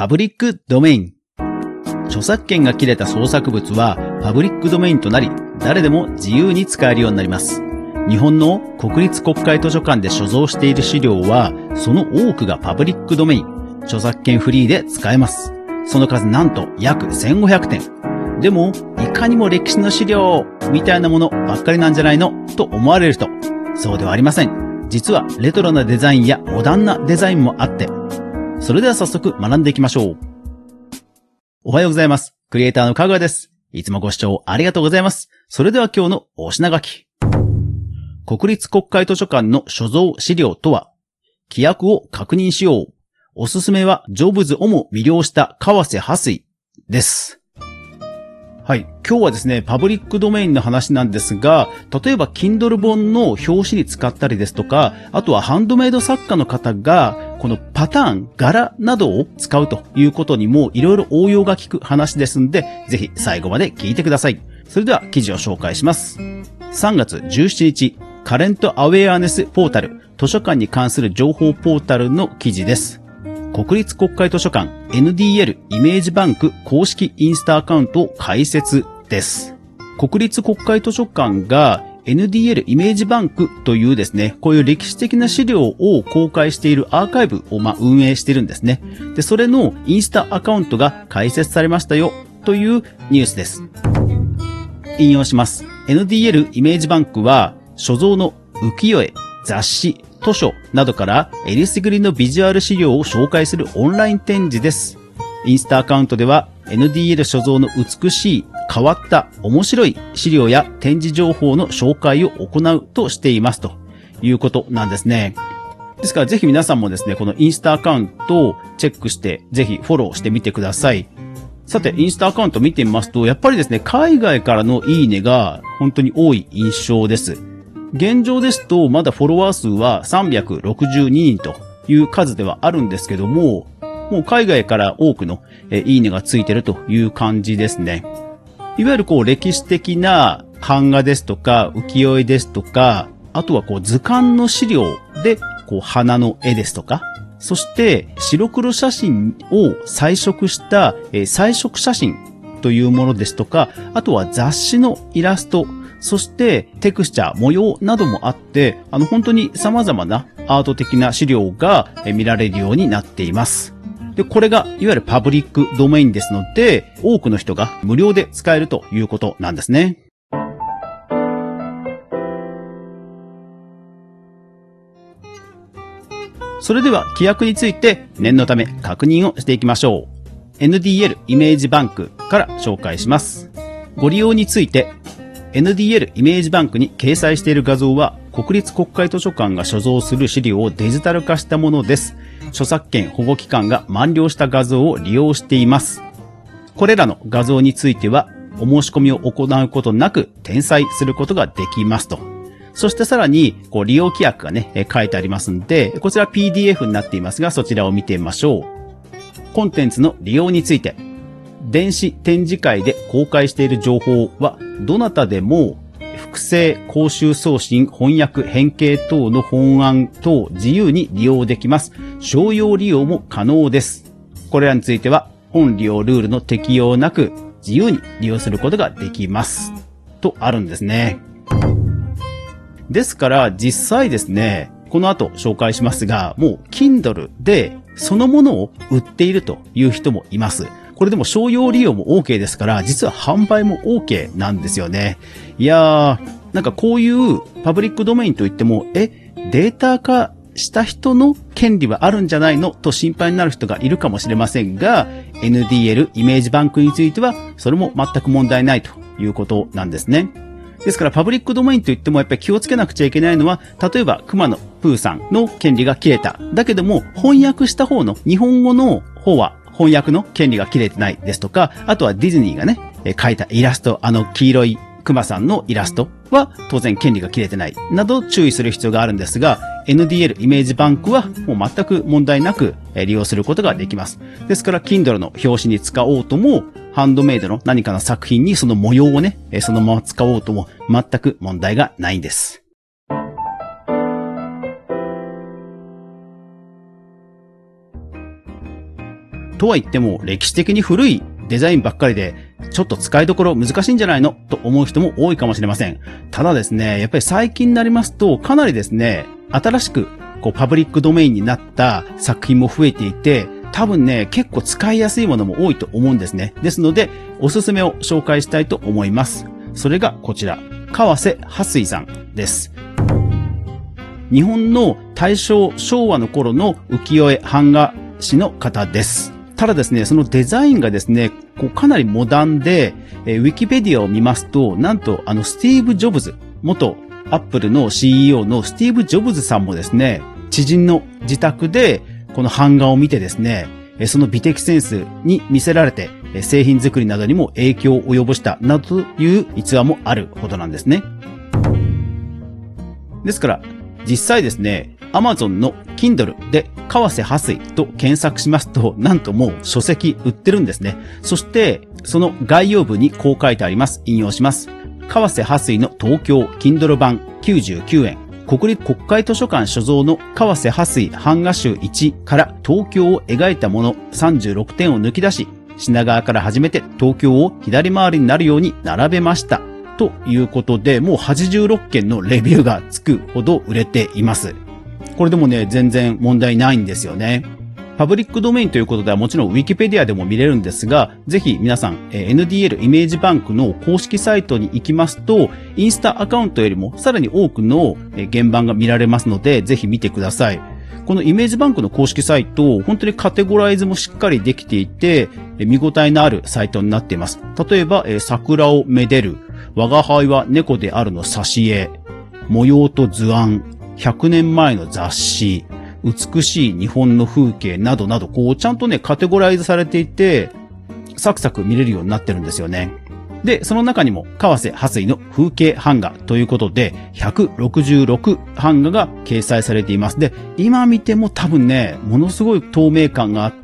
パブリックドメイン。著作権が切れた創作物はパブリックドメインとなり、誰でも自由に使えるようになります。日本の国立国会図書館で所蔵している資料は、その多くがパブリックドメイン、著作権フリーで使えます。その数なんと約1500点。でも、いかにも歴史の資料みたいなものばっかりなんじゃないのと思われる人。そうではありません。実はレトロなデザインやモダンなデザインもあって。それでは早速学んでいきましょう。おはようございます。クリエイターのかぐわです。いつもご視聴ありがとうございます。それでは今日のお品書き。国立国会図書館の所蔵資料とは、規約を確認しよう。おすすめはジョブズをも魅了した川瀬波水です。はい。今日はですね、パブリックドメインの話なんですが、例えば Kindle 本の表紙に使ったりですとか、あとはハンドメイド作家の方が、このパターン、柄などを使うということにもいろいろ応用が効く話ですんで、ぜひ最後まで聞いてください。それでは記事を紹介します。3月17日、カレントアウェアネスポータル、図書館に関する情報ポータルの記事です。国立国会図書館 NDL イメージバンク公式インスタアカウントを開設です。国立国会図書館が NDL イメージバンクというですね、こういう歴史的な資料を公開しているアーカイブを運営しているんですね。で、それのインスタアカウントが開設されましたよというニュースです。引用します。NDL イメージバンクは所蔵の浮世絵、雑誌、図書などからえりすぐりのビジュアル資料を紹介するオンライン展示です。インスタアカウントでは NDL 所蔵の美しい、変わった、面白い資料や展示情報の紹介を行うとしていますということなんですね。ですからぜひ皆さんもですね、このインスタアカウントをチェックしてぜひフォローしてみてください。さて、インスタアカウント見てみますと、やっぱりですね、海外からのいいねが本当に多い印象です。現状ですと、まだフォロワー数は362人という数ではあるんですけども、もう海外から多くのいいねがついてるという感じですね。いわゆる歴史的な版画ですとか、浮世絵ですとか、あとは図鑑の資料で花の絵ですとか、そして白黒写真を彩色した彩色写真というものですとか、あとは雑誌のイラスト、そしてテクスチャー、模様などもあって、本当に様々なアート的な資料が見られるようになっています。で、これがいわゆるパブリックドメインですので、多くの人が無料で使えるということなんですね。それでは規約について念のため確認をしていきましょう。NDL イメージバンクから紹介します。ご利用について、NDL イメージバンクに掲載している画像は国立国会図書館が所蔵する資料をデジタル化したものです。著作権保護期間が満了した画像を利用しています。これらの画像についてはお申し込みを行うことなく転載することができますと。そしてさらに利用規約がね、書いてありますんで、こちら PDF になっていますが、そちらを見てみましょう。コンテンツの利用について。電子展示会で公開している情報は、どなたでも複製、公衆送信、翻訳、変形等の本案等自由に利用できます。商用利用も可能です。これらについては、本利用ルールの適用なく自由に利用することができます。とあるんですね。ですから実際ですね、この後紹介しますが、もう Kindle でそのものを売っているという人もいます。これでも商用利用も OK ですから、実は販売も OK なんですよね。いやー、なんかこういうパブリックドメインといっても、データ化した人の権利はあるんじゃないのと心配になる人がいるかもしれませんが、NDL イメージバンクについては、それも全く問題ないということなんですね。ですからパブリックドメインといってもやっぱり気をつけなくちゃいけないのは、例えば熊野プーさんの権利が切れた。だけども翻訳した方の日本語の方は翻訳の権利が切れてないですとか、あとはディズニーがね、描いたイラスト、黄色い熊さんのイラストは当然権利が切れてないなど注意する必要があるんですが、NDL イメージバンクはもう全く問題なく利用することができます。ですから Kindle の表紙に使おうとも、ハンドメイドの何かの作品にその模様をね、そのまま使おうとも全く問題がないんです。 とは言っても歴史的に古いデザインばっかりで、ちょっと使いどころ難しいんじゃないのと思う人も多いかもしれません。ただですね、やっぱり最近になりますと、かなりですね、新しくパブリックドメインになった作品も増えていて、多分ね、結構使いやすいものも多いと思うんですね。ですので、おすすめを紹介したいと思います。それがこちら、川瀬波水さんです。日本の大正昭和の頃の浮世絵版画師の方です。ただですね、そのデザインがですね、かなりモダンで、ウィキペディアを見ますと、なんとスティーブ・ジョブズ、元アップルの CEO のスティーブ・ジョブズさんもですね、知人の自宅でこの版画を見てですね、その美的センスに見せられて、製品作りなどにも影響を及ぼしたなどという逸話もあるほどなんですね。ですから、実際ですね、Amazon の Kindle で川瀬波水と検索しますと、なんともう書籍売ってるんですね。そして、その概要文にこう書いてあります。引用します。川瀬波水の東京 Kindle 版99円。国立国会図書館所蔵の川瀬波水版画集1から東京を描いたもの36点を抜き出し、品川から始めて東京を左回りになるように並べました。ということで、もう86件のレビューがつくほど売れています。これでもね、全然問題ないんですよね。パブリックドメインということではもちろん Wikipedia でも見れるんですが、ぜひ皆さん NDL イメージバンクの公式サイトに行きますと、インスタアカウントよりもさらに多くの原版が見られますので、ぜひ見てください。このイメージバンクの公式サイト、本当にカテゴライズもしっかりできていて、見応えのあるサイトになっています。例えば、桜をめでる、我が輩は猫であるの挿絵、模様と図案、100年前の雑誌、美しい日本の風景などなど、ちゃんとね、カテゴライズされていて、サクサク見れるようになってるんですよね。で、その中にも、川瀬波水の風景版画ということで、166版画が掲載されています。で、今見ても多分ね、ものすごい透明感があって、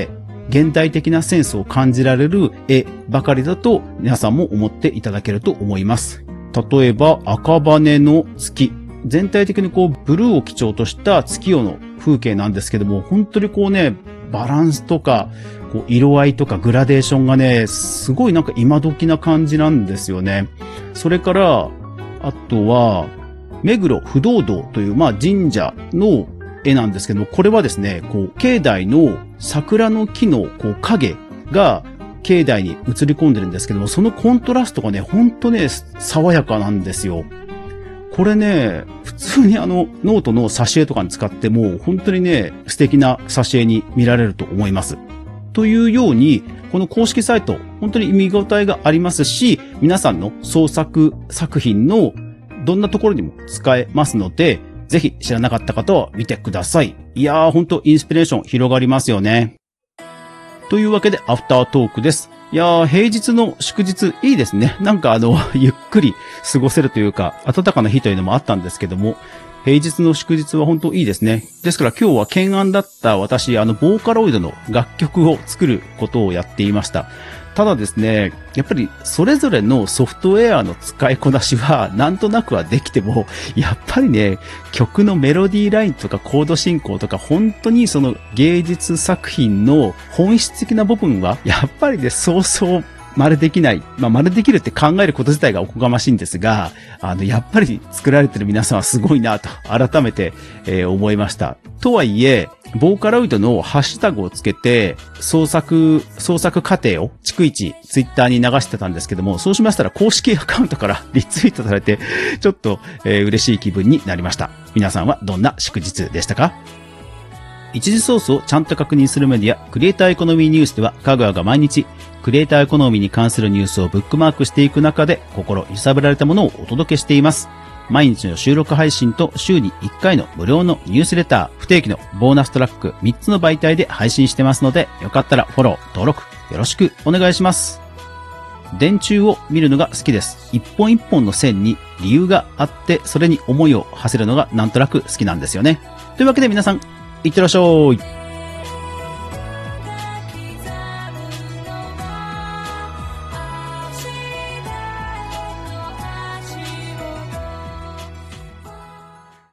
現代的なセンスを感じられる絵ばかりだと、皆さんも思っていただけると思います。例えば、赤羽の月。全体的にブルーを基調とした月夜の風景なんですけども、本当にバランスとか、色合いとかグラデーションがね、すごいなんか今時な感じなんですよね。それから、あとは、目黒不動堂という、神社の絵なんですけども、これはですね、境内の桜の木の影が境内に映り込んでるんですけども、そのコントラストがね、ほんとね、爽やかなんですよ。これね、普通にノートの挿絵とかに使っても、本当にね、素敵な挿絵に見られると思います。というように、この公式サイト、本当に見応えがありますし、皆さんの創作作品のどんなところにも使えますので、ぜひ知らなかった方は見てください。いやー、本当インスピレーション広がりますよね。というわけで、アフタートークです。いやー、平日の祝日いいですね。なんかゆっくり過ごせるというか、暖かな日というのもあったんですけども、平日の祝日は本当いいですね。ですから今日は懸案だった私、ボーカロイドの楽曲を作ることをやっていました。ただですね、やっぱりそれぞれのソフトウェアの使いこなしはなんとなくはできても、やっぱりね、曲のメロディーラインとかコード進行とか本当にその芸術作品の本質的な部分はやっぱりね、そうそう真似できない。真似できるって考えること自体がおこがましいんですが、やっぱり作られてる皆さんはすごいなと改めて、思いました。とはいえ、ボーカロイドのハッシュタグをつけて、創作過程を逐一ツイッターに流してたんですけども、そうしましたら公式アカウントからリツイートされて、ちょっと、嬉しい気分になりました。皆さんはどんな祝日でしたか？一時ソースをちゃんと確認するメディア、クリエイターエコノミーニュースでは、かぐわが毎日、クリエイターエコノミーに関するニュースをブックマークしていく中で、心揺さぶられたものをお届けしています。毎日の収録配信と週に1回の無料のニュースレター、不定期のボーナストラック3つの媒体で配信してますので、よかったらフォロー、登録よろしくお願いします。電柱を見るのが好きです。一本一本の線に理由があって、それに思いを馳せるのがなんとなく好きなんですよね。というわけで皆さん、いってらっしゃい。